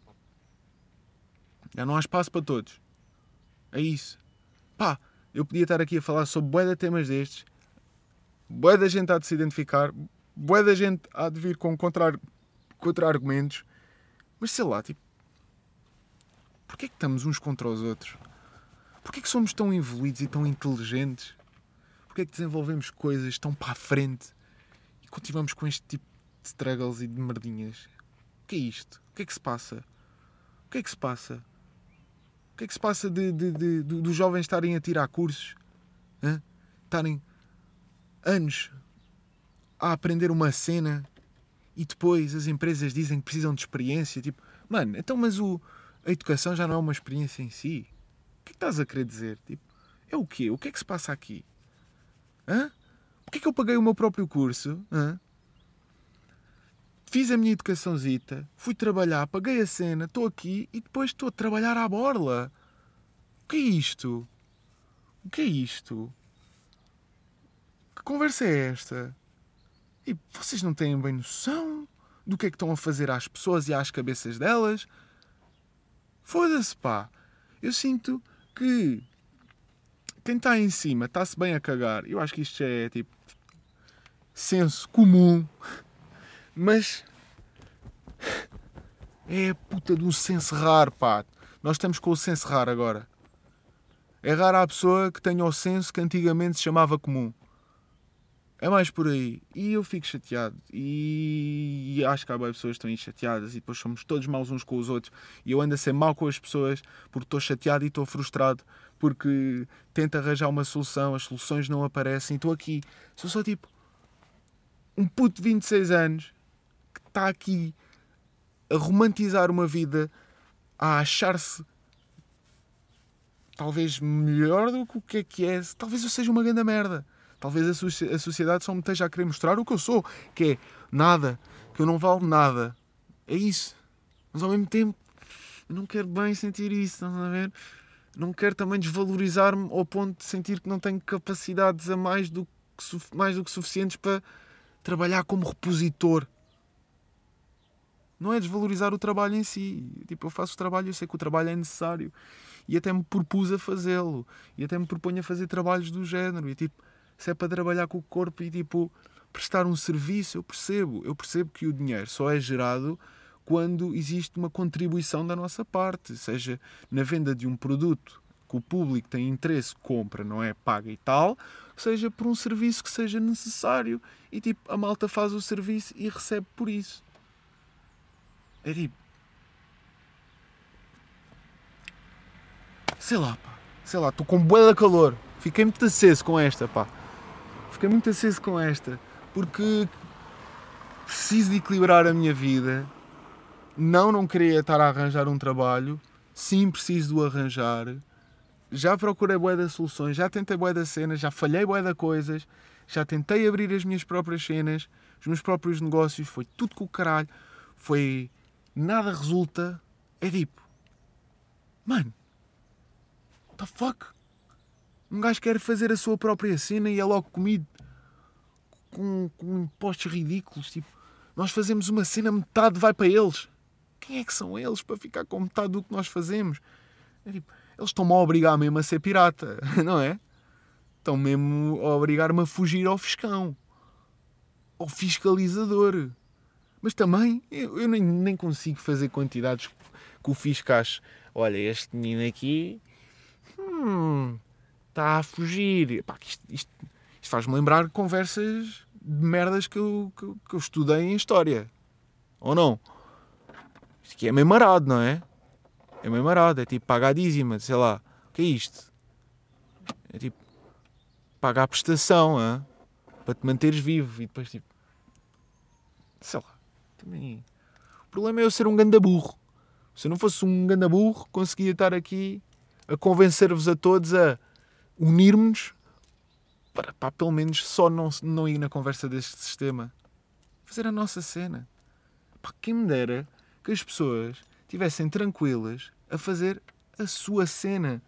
já não há espaço para todos. É isso. Pá, eu podia estar aqui a falar sobre bué de temas destes. Bué da gente há de se identificar. Bué da gente há de vir com contra-argumentos. Mas sei lá, tipo, porquê é que estamos uns contra os outros? Porquê é que somos tão evoluídos e tão inteligentes? Porquê é que desenvolvemos coisas tão para a frente e continuamos com este tipo de struggles e de merdinhas? O que é isto? O que é que se passa? O que é que se passa? O que é que se passa dos jovens estarem a tirar cursos? Estarem anos a aprender uma cena e depois as empresas dizem que precisam de experiência. Tipo, mano, então mas a educação já não é uma experiência em si? O que é que estás a querer dizer? Tipo, é o quê? O que é que se passa aqui? Porquê é que eu paguei o meu próprio curso? Fiz a minha educaçãozita, fui trabalhar, paguei a cena, estou aqui e depois estou a trabalhar à borla. O que é isto? O que é isto? Que conversa é esta? E vocês não têm bem noção do que é que estão a fazer às pessoas e às cabeças delas? Foda-se, pá. Eu sinto que quem está em cima está-se bem a cagar. Eu acho que isto já é tipo senso comum, mas é a puta de um senso raro, pá. Nós estamos com o senso raro agora. É rara a pessoa que tenha o senso que antigamente se chamava comum. É mais por aí. E eu fico chateado. E acho que há boas pessoas que estão aí chateadas e depois somos todos maus uns com os outros. E eu ando a ser mau com as pessoas porque estou chateado e estou frustrado porque tento arranjar uma solução, as soluções não aparecem. Estou aqui. Sou só tipo um puto de 26 anos que está aqui a romantizar uma vida, a achar-se talvez melhor do que o que é. Talvez eu seja uma grande merda. Talvez a sociedade só me esteja a querer mostrar o que eu sou, que é nada, que eu não valho nada. É isso. Mas ao mesmo tempo, eu não quero bem sentir isso, estás a ver? Não quero também desvalorizar-me ao ponto de sentir que não tenho capacidades a mais do que suficientes para trabalhar como repositor. Não é desvalorizar o trabalho em si. Tipo, eu faço o trabalho, eu sei que o trabalho é necessário. E até me propus a fazê-lo. E até me proponho a fazer trabalhos do género. E tipo, se é para trabalhar com o corpo e tipo, prestar um serviço, eu percebo. Eu percebo que o dinheiro só é gerado quando existe uma contribuição da nossa parte. Seja na venda de um produto que o público tem interesse, compra, não é? Paga e tal. Seja por um serviço que seja necessário. E tipo, a malta faz o serviço e recebe por isso. É tipo... Sei lá, pá. Sei lá, estou com bué de calor. Fiquei muito aceso com esta, pá. Fiquei muito aceso com esta. Porque preciso de equilibrar a minha vida. Não queria estar a arranjar um trabalho. Sim, preciso de o arranjar. Já procurei bué de soluções. Já tentei bué de cenas. Já falhei bué de coisas. Já tentei abrir as minhas próprias cenas. Os meus próprios negócios. Foi tudo com o caralho. Foi... Nada resulta. É tipo... Mano... What the fuck? Um gajo quer fazer a sua própria cena e é logo comido com impostos ridículos. Tipo, nós fazemos uma cena, metade vai para eles. Quem é que são eles para ficar com metade do que nós fazemos? É tipo, eles estão-me a obrigar mesmo a ser pirata, não é? Estão mesmo a obrigar-me a fugir ao fiscão. Ao fiscalizador. Mas também, eu nem consigo fazer quantidades que o fisco ache. Olha, este menino aqui... está a fugir. Pá, isto faz-me lembrar conversas de merdas que eu estudei em História. Ou não? Isto aqui é meio marado, não é? É meio marado. É tipo pagar a dízima, sei lá. O que é isto? É tipo pagar a prestação, hein? Para te manteres vivo. E depois tipo... Sei lá. Também... O problema é eu ser um ganda burro. Se eu não fosse um ganda burro, conseguia estar aqui a convencer-vos a todos a unirmos para pelo menos só não ir na conversa deste sistema. Fazer a nossa cena. Pá, quem me dera que as pessoas estivessem tranquilas a fazer a sua cena.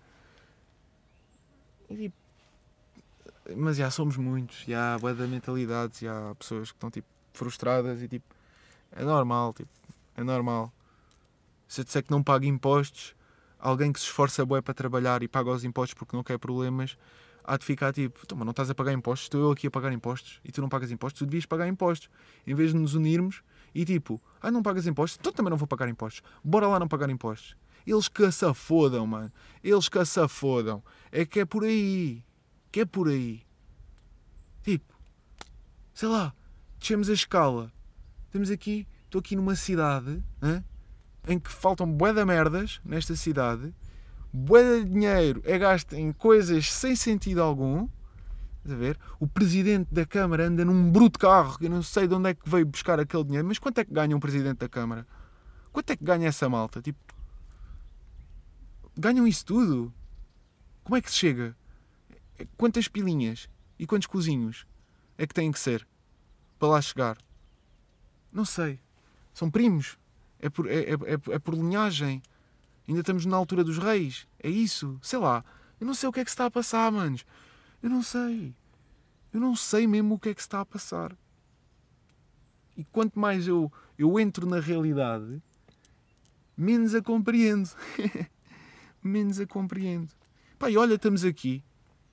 E, mas já somos muitos. Já há bué de mentalidades. Já há pessoas que estão tipo frustradas e tipo... É normal, tipo... É normal. Se eu disser que não pago impostos, alguém que se esforça bué para trabalhar e paga os impostos porque não quer problemas, há de ficar tipo, mas não estás a pagar impostos, estou eu aqui a pagar impostos e tu não pagas impostos, tu devias pagar impostos. Em vez de nos unirmos e tipo, não pagas impostos, então também não vou pagar impostos. Bora lá não pagar impostos. Eles que se fodam, mano. Eles que se fodam. É que é por aí. Que é por aí. Tipo, sei lá, descemos a escala. Estamos aqui, estou aqui numa cidade, hein, em que faltam bué de merdas nesta cidade. Bué de dinheiro é gasto em coisas sem sentido algum. Estás a ver? O presidente da Câmara anda num bruto carro que eu não sei de onde é que veio buscar aquele dinheiro. Mas quanto é que ganha um presidente da Câmara? Quanto é que ganha essa malta? Tipo, ganham isso tudo? Como é que se chega? Quantas pilinhas e quantos cozinhos é que têm que ser para lá chegar? Não sei. São primos. É por linhagem. Ainda estamos na altura dos reis. É isso. Sei lá. Eu não sei o que é que se está a passar, manos. Eu não sei. Eu não sei mesmo o que é que se está a passar. E quanto mais eu entro na realidade, menos a compreendo. Menos a compreendo. Pá, e olha, estamos aqui.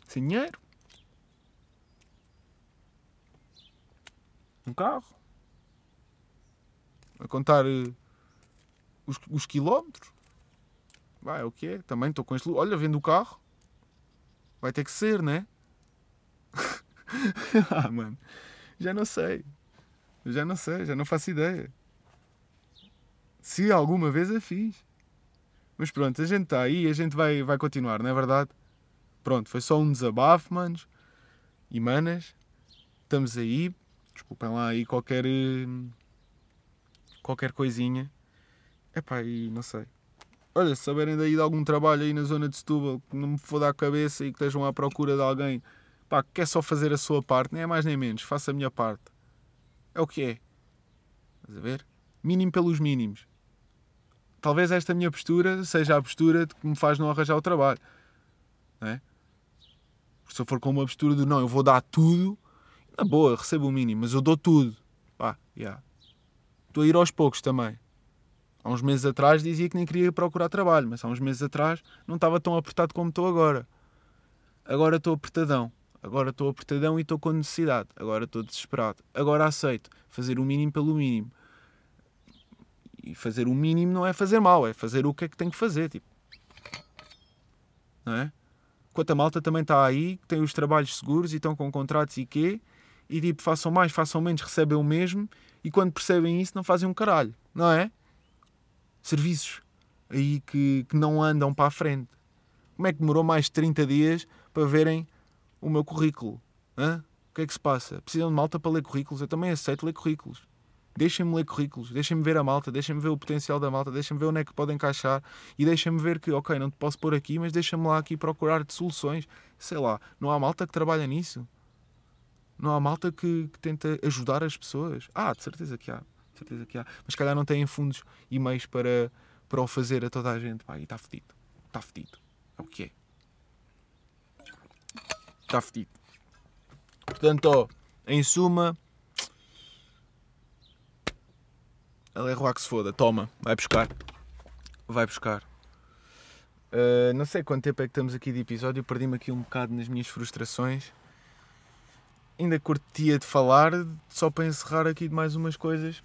sem dinheiro, um carro, a contar os quilómetros. Vai, é o que é? Também estou com este... Olha, vendo o carro. Vai ter que ser, né? Mano. Já não sei. Já não faço ideia. Se alguma vez a fiz. Mas pronto, a gente está aí e a gente vai continuar, não é verdade? Pronto, foi só um desabafo, manos. E manas. Estamos aí. Desculpem lá aí qualquer coisinha. Epá, e não sei. Olha, se souberem daí de algum trabalho aí na zona de Setúbal que não me foda a cabeça e que estejam à procura de alguém, pá, que quer só fazer a sua parte, nem é mais nem menos, faça a minha parte. É o que é. Estás a ver? Mínimo pelos mínimos. Talvez esta minha postura seja a postura que me faz não arranjar o trabalho. Não é? Se eu for com uma postura de não, eu vou dar tudo, na boa, recebo o mínimo, mas eu dou tudo. Pá, yeah. Estou a ir aos poucos também. Há uns meses atrás dizia que nem queria procurar trabalho, mas há uns meses atrás não estava tão apertado como estou agora. Agora estou apertadão. Agora estou apertadão e estou com necessidade. Agora estou desesperado. Agora aceito fazer o mínimo pelo mínimo. E fazer o mínimo não é fazer mal, é fazer o que é que tenho que fazer. Tipo. Não é? Enquanto a malta também está aí, que tem os trabalhos seguros e estão com contratos e quê, e tipo, façam mais, façam menos, recebem o mesmo, e quando percebem isso não fazem um caralho. Não é? Serviços aí que não andam para a frente. Como é que demorou mais de 30 dias para verem o meu currículo? Hã? O que é que se passa? Precisam de malta para ler currículos? Eu também aceito ler currículos. Deixem-me ler currículos, deixem-me ver a malta, deixem-me ver o potencial da malta, deixem-me ver onde é que podem encaixar e deixem-me ver que, ok, não te posso pôr aqui, mas deixa-me lá aqui procurar de soluções. Sei lá, não há malta que trabalha nisso? Não há malta que tenta ajudar as pessoas? De certeza que há. Mas se calhar não têm fundos e meios para o fazer a toda a gente. Pá, e está fedido. Está fedido. É o que é. Está fedido. Portanto, em suma, ela é rua que se foda. Toma, vai buscar. Não sei quanto tempo é que estamos aqui de episódio. Perdi-me aqui um bocado nas minhas frustrações. Ainda curtia de falar, só para encerrar aqui de mais umas coisas.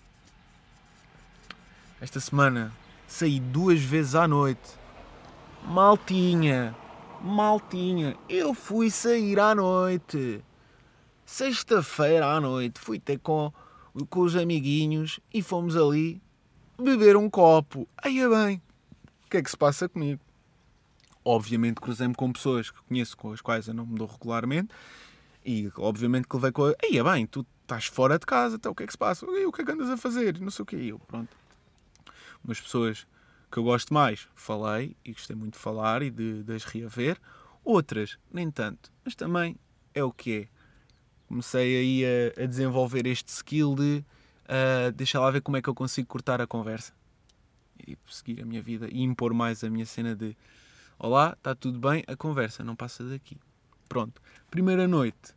Esta semana saí 2 vezes à noite. Maltinha, eu fui sair à noite. Sexta-feira à noite fui ter com os amiguinhos e fomos ali beber um copo. Aí é bem, o que é que se passa comigo? Obviamente cruzei-me com pessoas que conheço, com as quais eu não me dou regularmente, e obviamente que levei com a... Aí é bem, tu estás fora de casa, então o que é que se passa? O que é que andas a fazer? Não sei o que. E eu, pronto. Umas pessoas que eu gosto mais, falei, e gostei muito de falar e de as reaver. Outras, nem tanto. Mas também é o que é. Comecei aí a desenvolver este skill de deixar lá ver como é que eu consigo cortar a conversa. E seguir a minha vida e impor mais a minha cena de olá, está tudo bem, a conversa não passa daqui. Pronto. Primeira noite.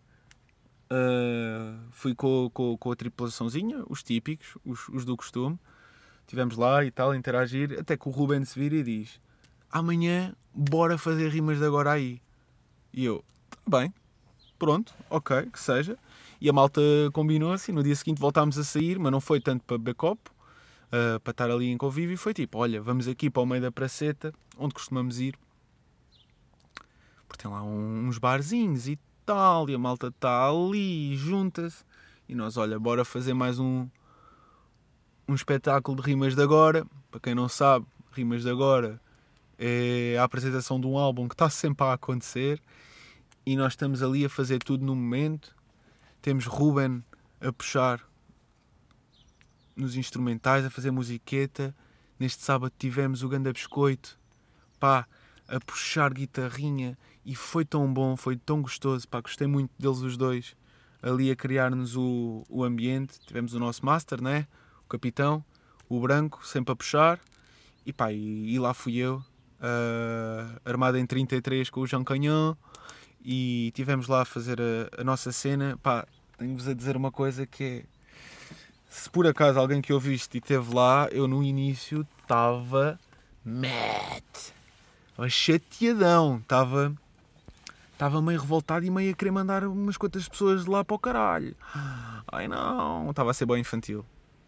Fui com a tripulaçãozinha, os típicos, os do costume. Estivemos lá e tal, a interagir, até que o Ruben se vira e diz: amanhã, bora fazer rimas de agora aí. E eu, tá bem, pronto, ok, que seja. E a malta combinou-se e no dia seguinte voltámos a sair, mas não foi tanto para beber copo, para estar ali em convívio, e foi tipo, olha, vamos aqui para o meio da praceta, onde costumamos ir, porque tem lá uns barzinhos e tal, e a malta está ali, junta-se, e nós, olha, bora fazer mais um espetáculo de rimas de agora. Para quem não sabe, rimas de agora é a apresentação de um álbum que está sempre a acontecer e nós estamos ali a fazer tudo no momento. Temos Ruben a puxar nos instrumentais, a fazer musiqueta. Neste sábado tivemos o Ganda Biscoito, pá, a puxar guitarrinha, e foi tão bom, foi tão gostoso, pá, gostei muito deles os dois, ali a criar-nos o ambiente. Tivemos o nosso master, né? O capitão, o branco, sempre a puxar, e pá, e lá fui eu, armado em 33 com o João Canhão, e tivemos lá a fazer a nossa cena. Pá, tenho-vos a dizer uma coisa que é, se por acaso alguém que ouviste e esteve lá, eu no início estava mad, estava chateadão, estava estava meio revoltado e meio a querer mandar umas quantas pessoas de lá para o caralho. Ai não, estava a ser bem infantil.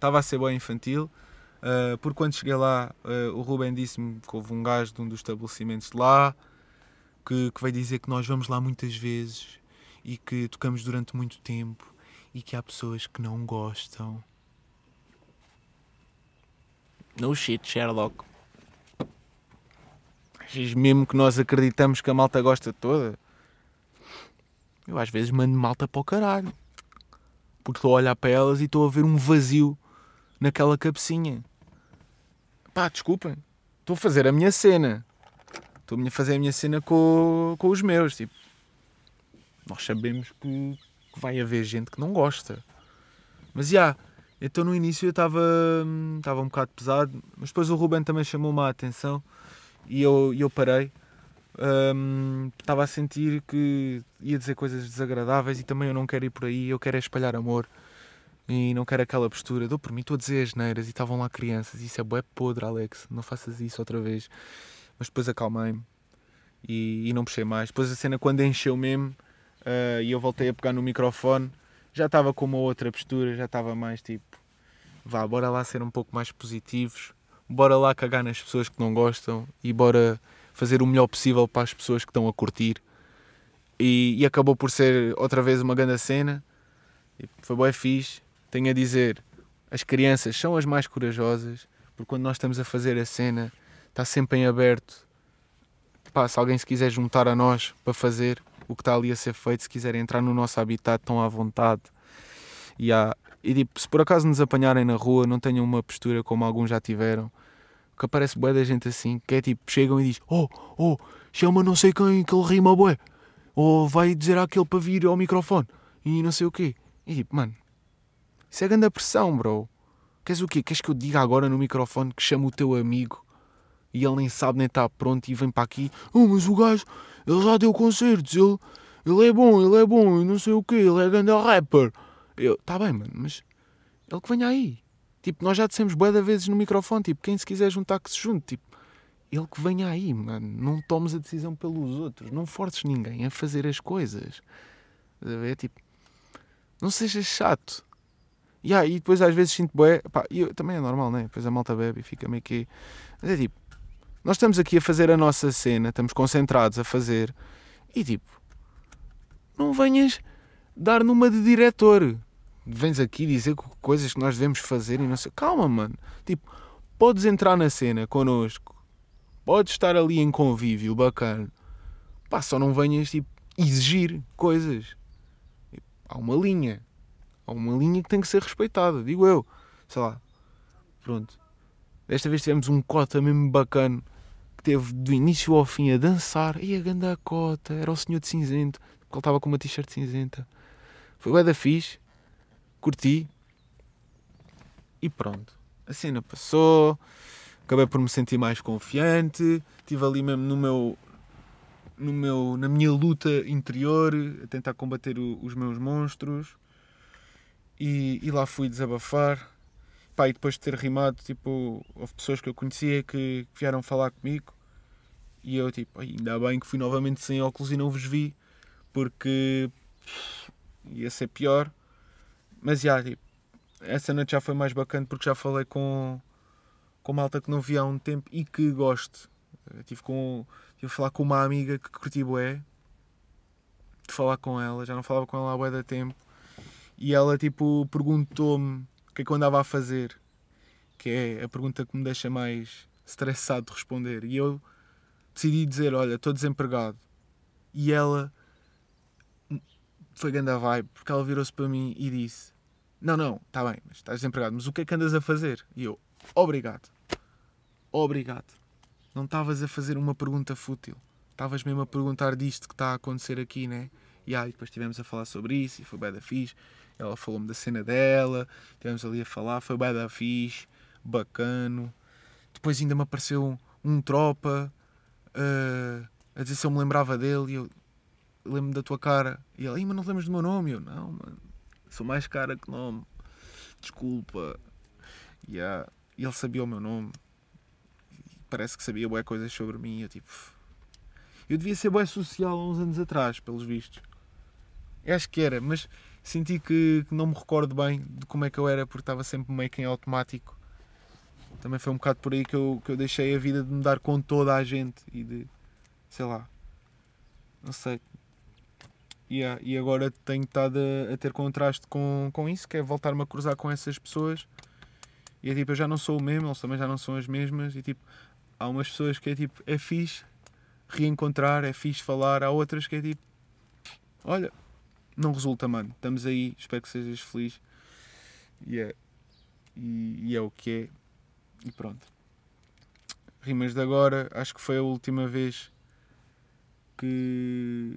Porque quando cheguei lá, o Ruben disse-me que houve um gajo de um dos estabelecimentos de lá que veio dizer que nós vamos lá muitas vezes e que tocamos durante muito tempo e que há pessoas que não gostam. No shit, Sherlock. Achas mesmo que nós acreditamos que a malta gosta toda? Eu às vezes mando malta para o caralho. Porque estou a olhar para elas e estou a ver um vazio naquela cabecinha. Pá, desculpem. Estou a fazer a minha cena. Estou a fazer a minha cena com os meus. Tipo, nós sabemos que vai haver gente que não gosta. Mas então no início eu estava um bocado pesado. Mas depois o Ruben também chamou-me a atenção. E eu parei. Estava a sentir que ia dizer coisas desagradáveis e também eu não quero ir por aí. Eu quero é espalhar amor. E não quero aquela postura. Dou por mim, estou a dizer asneiras e estavam lá crianças. Isso é bué podre, Alex. Não faças isso outra vez. Mas depois acalmei-me e não puxei mais. Depois a cena quando encheu mesmo e eu voltei a pegar no microfone, já estava com uma outra postura, já estava mais tipo, vá, bora lá ser um pouco mais positivos, bora lá cagar nas pessoas que não gostam e bora fazer o melhor possível para as pessoas que estão a curtir. E acabou por ser outra vez uma grande cena. Foi bué fixe. Tenho a dizer, as crianças são as mais corajosas, porque quando nós estamos a fazer a cena, está sempre em aberto. Pá, se alguém se quiser juntar a nós para fazer o que está ali a ser feito, se quiserem entrar no nosso habitat, estão à vontade. E tipo, se por acaso nos apanharem na rua, não tenham uma postura como alguns já tiveram, que aparece bué da gente assim, que é tipo, chegam e diz, chama não sei quem que ele rima bué, ou vai dizer àquele para vir ao microfone, e não sei o quê. E tipo, mano, isso é grande pressão, bro. Queres o quê? Queres que eu diga agora no microfone que chamo o teu amigo e ele nem sabe nem está pronto e vem para aqui? Mas o gajo, ele já deu concertos, ele é bom, e não sei o quê, ele é grande rapper. Tá bem, mano, mas ele que venha aí. Tipo, nós já dissemos bué de vezes no microfone, tipo, quem se quiser juntar que se junte, tipo, ele que venha aí, mano. Não tomes a decisão pelos outros, não forces ninguém a fazer as coisas. É tipo, não sejas chato. E depois às vezes sinto bué, pá, também é normal, né? Depois a malta bebe e fica meio que... Mas é tipo, nós estamos aqui a fazer a nossa cena, estamos concentrados a fazer, e tipo, não venhas dar numa de diretor. Vens aqui dizer coisas que nós devemos fazer e não sei... Calma, mano. Tipo, podes entrar na cena connosco, podes estar ali em convívio, bacana. Pá, só não venhas, tipo, exigir coisas. Tipo, há uma linha que tem que ser respeitada, digo eu. Sei lá, pronto. Desta vez tivemos um cota mesmo bacana, que teve do início ao fim a dançar. E a ganda cota, era o senhor de cinzento, porque ele estava com uma t-shirt cinzenta. Foi bué da fixe, curti. E pronto, a cena passou, acabei por me sentir mais confiante, estive ali mesmo na minha luta interior, a tentar combater os meus monstros. E lá fui desabafar. Pá, e depois de ter rimado, tipo, houve pessoas que eu conhecia que vieram falar comigo. E eu, tipo, ainda bem que fui novamente sem óculos e não vos vi, porque ia ser pior. Mas tipo, essa noite já foi mais bacana porque já falei com malta que não via há um tempo e que gosto. Tive a falar com uma amiga que curti bué, de falar com ela, já não falava com ela há bué de tempo. E ela, tipo, perguntou-me o que é que eu andava a fazer, que é a pergunta que me deixa mais estressado de responder. E eu decidi dizer, olha, estou desempregado. E ela foi grande a vibe, porque ela virou-se para mim e disse, não, está bem, mas estás desempregado, mas o que é que andas a fazer? E eu, obrigado. Não estavas a fazer uma pergunta fútil. Estavas mesmo a perguntar disto que está a acontecer aqui, né? E depois estivemos a falar sobre isso e foi bué da fixe. Ela falou-me da cena dela, estivemos ali a falar, foi bué da fixe, bacano. Depois ainda me apareceu um tropa a dizer se eu me lembrava dele e eu lembro-me da tua cara. E ele, mas não te lembras do meu nome? E eu, não, mano, sou mais cara que nome, desculpa. E ele sabia o meu nome, parece que sabia bué coisas sobre mim. Eu tipo, Eu devia ser bué social há uns anos atrás, pelos vistos. Eu acho que era, mas senti que não me recordo bem de como é que eu era, porque estava sempre meio que em automático. Também foi um bocado por aí que eu deixei a vida de me dar com toda a gente e de, sei lá, não sei. E agora tenho estado a ter contraste com isso, que é voltar-me a cruzar com essas pessoas. E é tipo, eu já não sou o mesmo, eles também já não são as mesmas. E tipo, há umas pessoas que é tipo, é fixe reencontrar, é fixe falar. Há outras que é tipo, olha, não resulta, mano. Estamos aí, espero que sejas feliz. E é o que é. E pronto. Rimas de agora, acho que foi a última vez que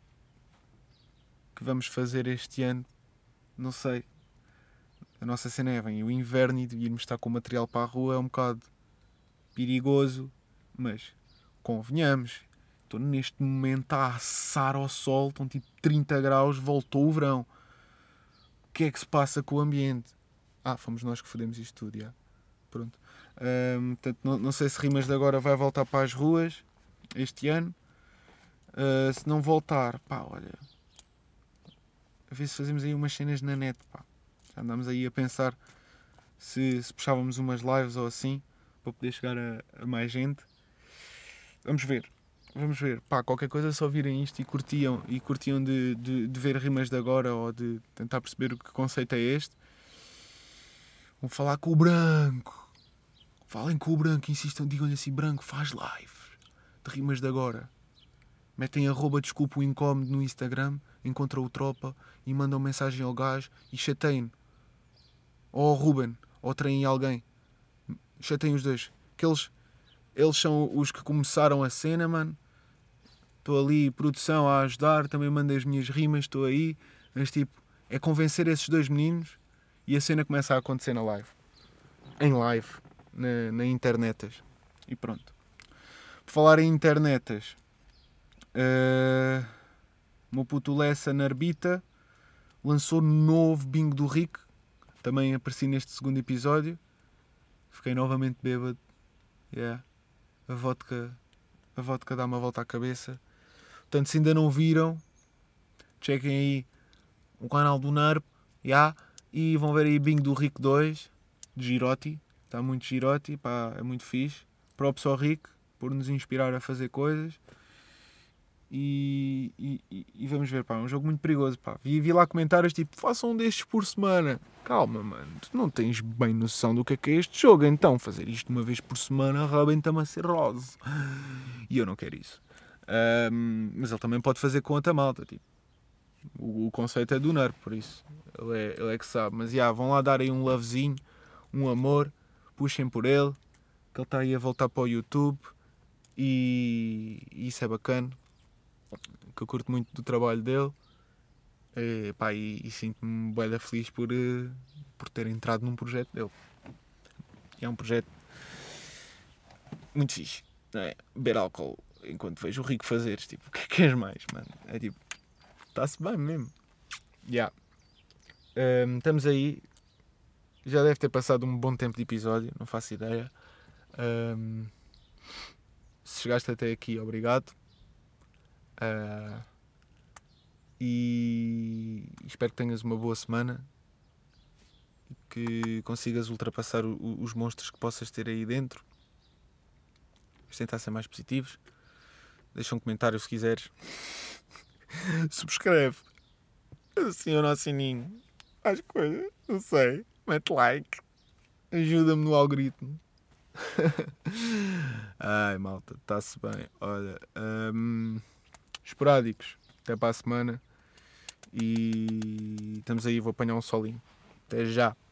vamos fazer este ano. Não sei. A nossa cena é, vem o inverno e irmos estar com o material para a rua é um bocado perigoso, mas convenhamos, estou neste momento a assar ao sol, estão tipo 30 graus, voltou o verão. O que é que se passa com o ambiente? Fomos nós que fodemos isto tudo, já. Pronto. Portanto, não sei se Rimas de agora vai voltar para as ruas este ano. Se não voltar, pá, olha, a ver se fazemos aí umas cenas na net, pá. Já andamos aí a pensar se puxávamos umas lives ou assim, para poder chegar a mais gente. Vamos ver. Pá, qualquer coisa, só virem isto e curtiam de ver Rimas de agora ou de tentar perceber o que conceito é este. Vão falar com o Branco. Falem com o Branco, insistam, digam-lhe assim, Branco, faz live de Rimas de agora. Metem @desculpa o incómodo no Instagram, encontram o Tropa e mandam mensagem ao gajo e chateiem. Ou ao Ruben, ou traem alguém. Chateiem os dois. Que eles são os que começaram a cena, mano. Estou ali, produção, a ajudar, também mandei as minhas rimas, estou aí. Mas tipo, é convencer esses dois meninos e a cena começa a acontecer na live. Em live, na internetas. E pronto. Por falar em internetas, o meu puto Lessa Narbita lançou novo bingo do Rick. Também apareci neste segundo episódio. Fiquei novamente bêbado. Yeah. A vodka dá uma volta à cabeça. Portanto, se ainda não viram, chequem aí o canal do Narp. Yeah. E vão ver aí bingo do Rick 2, de Girotti. Está muito Girotti, pá, é muito fixe. Props ao Rick, por nos inspirar a fazer coisas. E vamos ver, pá, é um jogo muito perigoso, pá. Vi lá comentários tipo, façam um destes por semana. Calma, mano, tu não tens bem noção do que é este jogo, então fazer isto uma vez por semana rebenta-me a cirrose. E eu não quero isso. Mas ele também pode fazer com outra malta, tipo. O conceito é do Nerf, por isso. Ele é que sabe. Mas, vão lá dar aí um lovezinho, um amor, puxem por ele, que ele está aí a voltar para o YouTube. E isso é bacana, que eu curto muito do trabalho dele. E sinto-me bué da feliz por ter entrado num projeto dele. É um projeto muito fixe, não é? Beber álcool enquanto vejo o Rico fazer, tipo, o que é que queres mais, mano? É tipo, está-se bem mesmo. Estamos aí. Já deve ter passado um bom tempo de episódio, não faço ideia. Se chegaste até aqui, obrigado. E espero que tenhas uma boa semana e que consigas ultrapassar os monstros que possas ter aí dentro. Vamos tentar ser mais positivos. Deixa um comentário se quiseres. Subscreve. Aciona o sininho. Faz coisas. Não sei. Mete like. Ajuda-me no algoritmo. Ai, malta. Está-se bem. Olha. Esporádicos. Até para a semana. E estamos aí. Vou apanhar um solinho. Até já.